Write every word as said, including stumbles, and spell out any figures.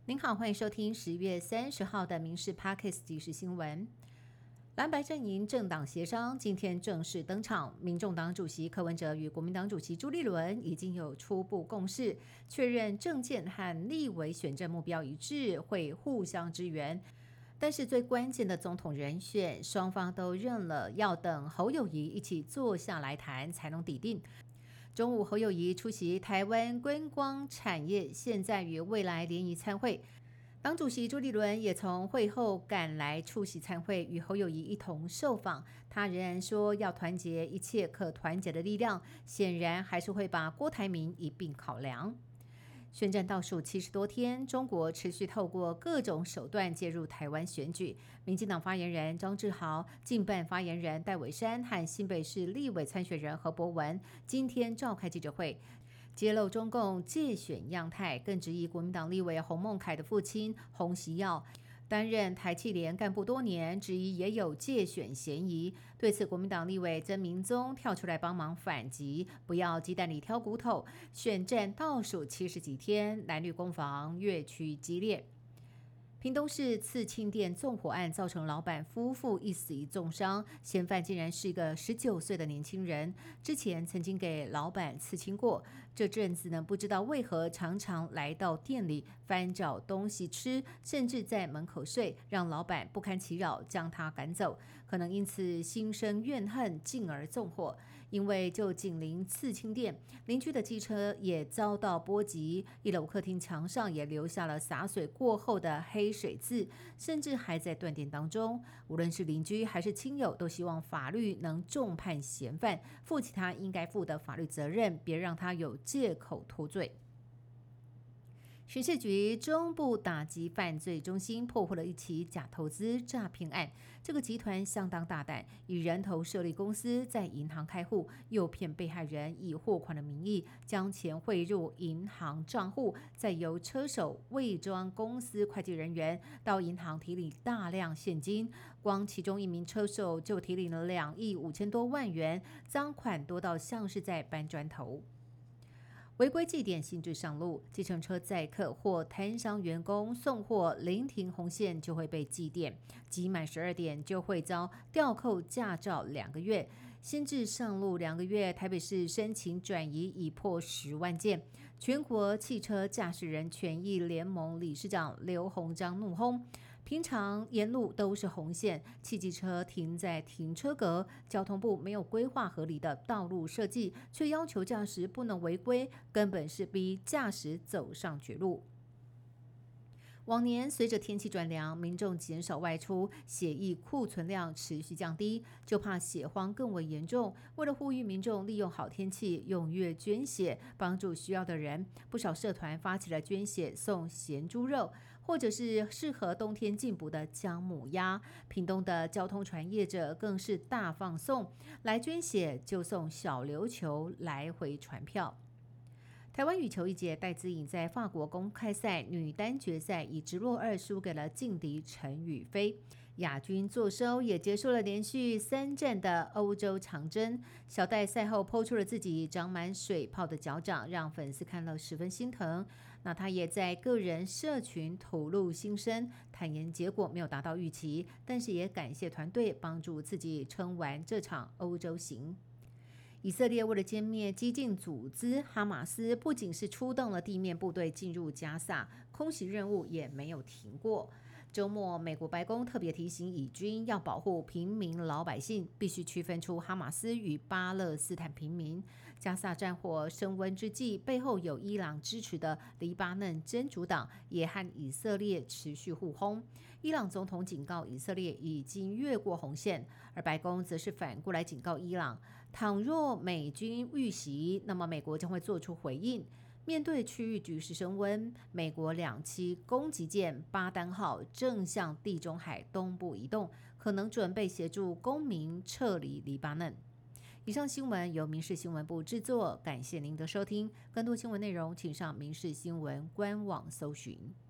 您好，欢迎收听十月三十号的民事 Podcast 即时新闻。蓝白阵营政党协商今天正式登场，民众党主席柯文哲与国民党主席朱立伦已经有初步共识，确认政见和立委选战目标一致，会互相支援。但是最关键的总统人选，双方都认了，要等侯友宜一起坐下来谈才能底定。中午，侯友宜出席台湾观光产业现在与未来联谊参会，党主席朱立伦也从会后赶来出席参会，与侯友宜一同受访。他仍然说要团结一切可团结的力量，显然还是会把郭台铭一并考量。宣战倒数七十多天，中国持续透过各种手段介入台湾选举。民进党发言人张志豪、近办发言人戴伟山和新北市立委参选人何博文今天召开记者会，揭露中共借选样态，更质疑国民党立委洪孟凯的父亲洪锡耀担任台企联干部多年，质疑也有借选嫌疑。对此，国民党立委曾明宗跳出来帮忙反击，不要鸡蛋里挑骨头。选战倒数七十几天，蓝绿攻防越趋激烈。屏东市刺青店纵火案造成老板夫妇一死一重伤，嫌犯竟然是一个十九岁的年轻人，之前曾经给老板刺青过，这阵子呢不知道为何常常来到店里翻找东西吃，甚至在门口睡，让老板不堪其扰，将他赶走，可能因此心生怨恨，进而纵火。因为就紧邻刺青店，邻居的机车也遭到波及，一楼客厅墙上也留下了洒水过后的黑水渍，甚至还在断电当中。无论是邻居还是亲友，都希望法律能重判嫌犯，负起他应该负的法律责任，别让他有借口脱罪。刑事局中部打击犯罪中心破获了一起假投资诈骗案，这个集团相当大胆，以人头设立公司，在银行开户，诱骗被害人以货款的名义将钱汇入银行账户，再由车手伪装公司会计人员到银行提领大量现金，光其中一名车手就提领了两亿五千多万元，赃款多到像是在搬砖头。违规祭点性质上路，计程车载客或摊商员工送货临停红线就会被记点，集满十二点就会遭吊扣驾照两个月。新制上路两个月，台北市申请转移已破十万件。全国汽车驾驶人权益联盟理事长刘鸿章怒轰。平常沿路都是红线，汽机车停在停车格，交通部没有规划合理的道路设计，却要求驾驶不能违规，根本是逼驾驶走上绝路。往年随着天气转凉，民众减少外出，血液库存量持续降低，就怕血荒更为严重。为了呼吁民众利用好天气踊跃捐血，帮助需要的人，不少社团发起了捐血送咸猪肉，或者是适合冬天进补的姜母鸭。屏东的交通船业者更是大放送，来捐血就送小琉球来回船票。台湾羽球一姐戴资颖在法国公开赛女单决赛以直落二输给了劲敌陈雨菲，亚军坐收，也结束了连续三战的欧洲长征。小戴赛后抛出了自己长满水泡的脚掌，让粉丝看了十分心疼。那他也在个人社群吐露心声，坦言结果没有达到预期，但是也感谢团队帮助自己撑完这场欧洲行。以色列为了歼灭激进组织哈马斯，不仅是出动了地面部队进入加萨，空袭任务也没有停过。周末，美国白宫特别提醒以军要保护平民老百姓，必须区分出哈马斯与巴勒斯坦平民。加萨战火升温之际，背后有伊朗支持的黎巴嫩真主党也和以色列持续互轰。伊朗总统警告以色列已经越过红线，而白宫则是反过来警告伊朗，倘若美军遇袭，那么美国将会做出回应。面对区域局势升温，美国两栖攻击舰巴丹号正向地中海东部移动，可能准备协助公民撤离黎巴嫩。以上新闻由民事新闻部制作，感谢您的收听。更多新闻内容，请上民事新闻官网搜寻。